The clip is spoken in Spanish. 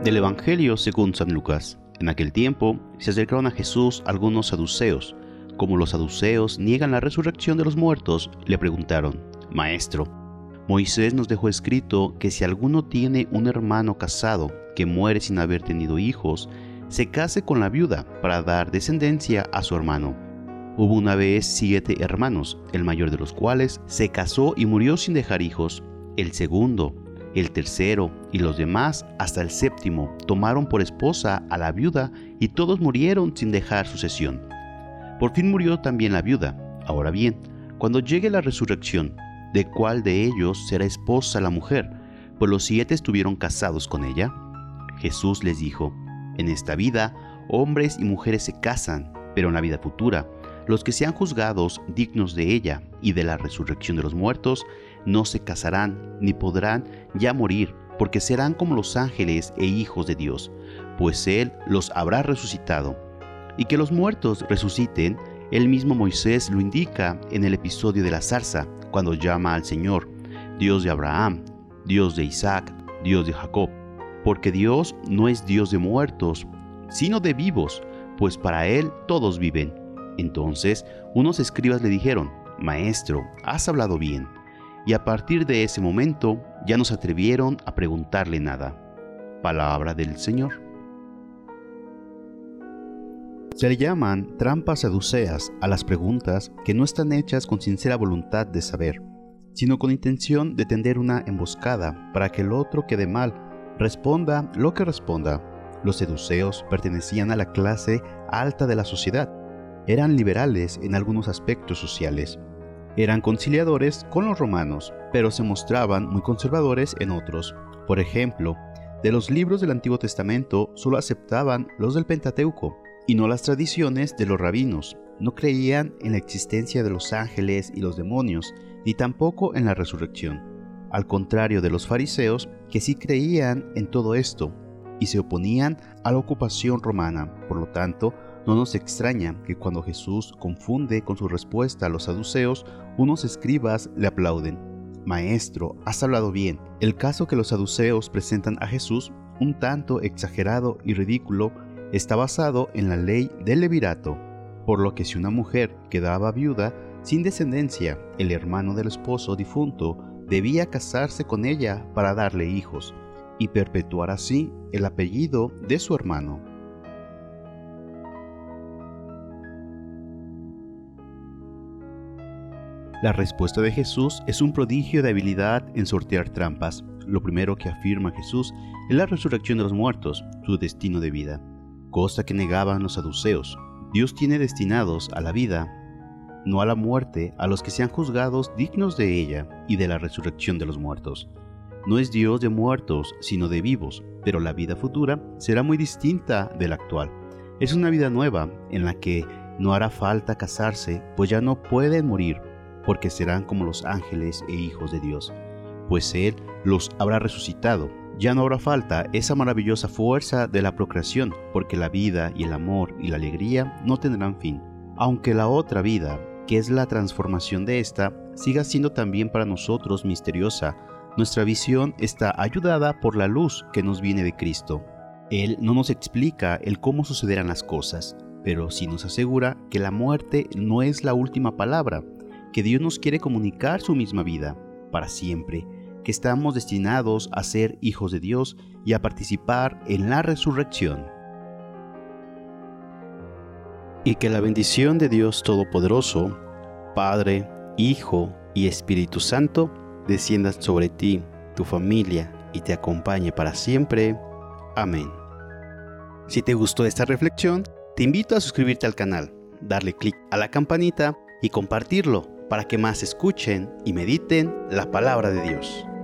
Del Evangelio según San Lucas. En aquel tiempo se acercaron a Jesús algunos saduceos. Como los saduceos niegan la resurrección de los muertos, le preguntaron: Maestro, Moisés nos dejó escrito que si alguno tiene un hermano casado que muere sin haber tenido hijos, se case con la viuda para dar descendencia a su hermano. Hubo una vez 7 hermanos, el mayor de los cuales se casó y murió sin dejar hijos. El segundo, el tercero y los demás, hasta el séptimo, tomaron por esposa a la viuda y todos murieron sin dejar sucesión. Por fin murió también la viuda. Ahora bien, cuando llegue la resurrección, ¿de cuál de ellos será esposa la mujer? Pues los 7 estuvieron casados con ella. Jesús les dijo: En esta vida, hombres y mujeres se casan, pero en la vida futura, los que sean juzgados dignos de ella y de la resurrección de los muertos, no se casarán ni podrán ya morir, porque serán como los ángeles e hijos de Dios, pues Él los habrá resucitado. Y que los muertos resuciten, el mismo Moisés lo indica en el episodio de la zarza, cuando llama al Señor Dios de Abraham, Dios de Isaac, Dios de Jacob. Porque Dios no es Dios de muertos, sino de vivos, pues para Él todos viven. Entonces unos escribas le dijeron: Maestro, has hablado bien. Y a partir de ese momento ya no se atrevieron a preguntarle nada. Palabra del Señor. Se le llaman trampas saduceas a las preguntas que no están hechas con sincera voluntad de saber, sino con intención de tender una emboscada para que el otro quede mal, responda lo que responda. Los saduceos pertenecían a la clase alta de la sociedad. Eran liberales en algunos aspectos sociales. Eran conciliadores con los romanos, pero se mostraban muy conservadores en otros. Por ejemplo, de los libros del Antiguo Testamento solo aceptaban los del Pentateuco y no las tradiciones de los rabinos. No creían en la existencia de los ángeles y los demonios, ni tampoco en la resurrección. Al contrario de los fariseos, que sí creían en todo esto y se oponían a la ocupación romana. Por lo tanto, no nos extraña que cuando Jesús confunde con su respuesta a los saduceos, unos escribas le aplauden: Maestro, has hablado bien. El caso que los saduceos presentan a Jesús, un tanto exagerado y ridículo, está basado en la ley del levirato, por lo que si una mujer quedaba viuda sin descendencia, el hermano del esposo difunto debía casarse con ella para darle hijos y perpetuar así el apellido de su hermano. La respuesta de Jesús es un prodigio de habilidad en sortear trampas. Lo primero que afirma Jesús es la resurrección de los muertos, su destino de vida, cosa que negaban los saduceos. Dios tiene destinados a la vida, no a la muerte, a los que sean juzgados dignos de ella y de la resurrección de los muertos. No es Dios de muertos, sino de vivos, pero la vida futura será muy distinta de la actual. Es una vida nueva en la que no hará falta casarse, pues ya no pueden morir, porque serán como los ángeles e hijos de Dios, pues Él los habrá resucitado. Ya no habrá falta esa maravillosa fuerza de la procreación, porque la vida y el amor y la alegría no tendrán fin, aunque la otra vida, que es la transformación de esta, siga siendo también para nosotros misteriosa. Nuestra visión está ayudada por la luz que nos viene de Cristo. Él no nos explica el cómo sucederán las cosas, pero sí nos asegura que la muerte no es la última palabra, que Dios nos quiere comunicar su misma vida, para siempre, que estamos destinados a ser hijos de Dios y a participar en la resurrección. Y que la bendición de Dios Todopoderoso, Padre, Hijo y Espíritu Santo, descienda sobre ti, tu familia y te acompañe para siempre. Amén. Si te gustó esta reflexión, te invito a suscribirte al canal, darle clic a la campanita y compartirlo para que más escuchen y mediten la palabra de Dios.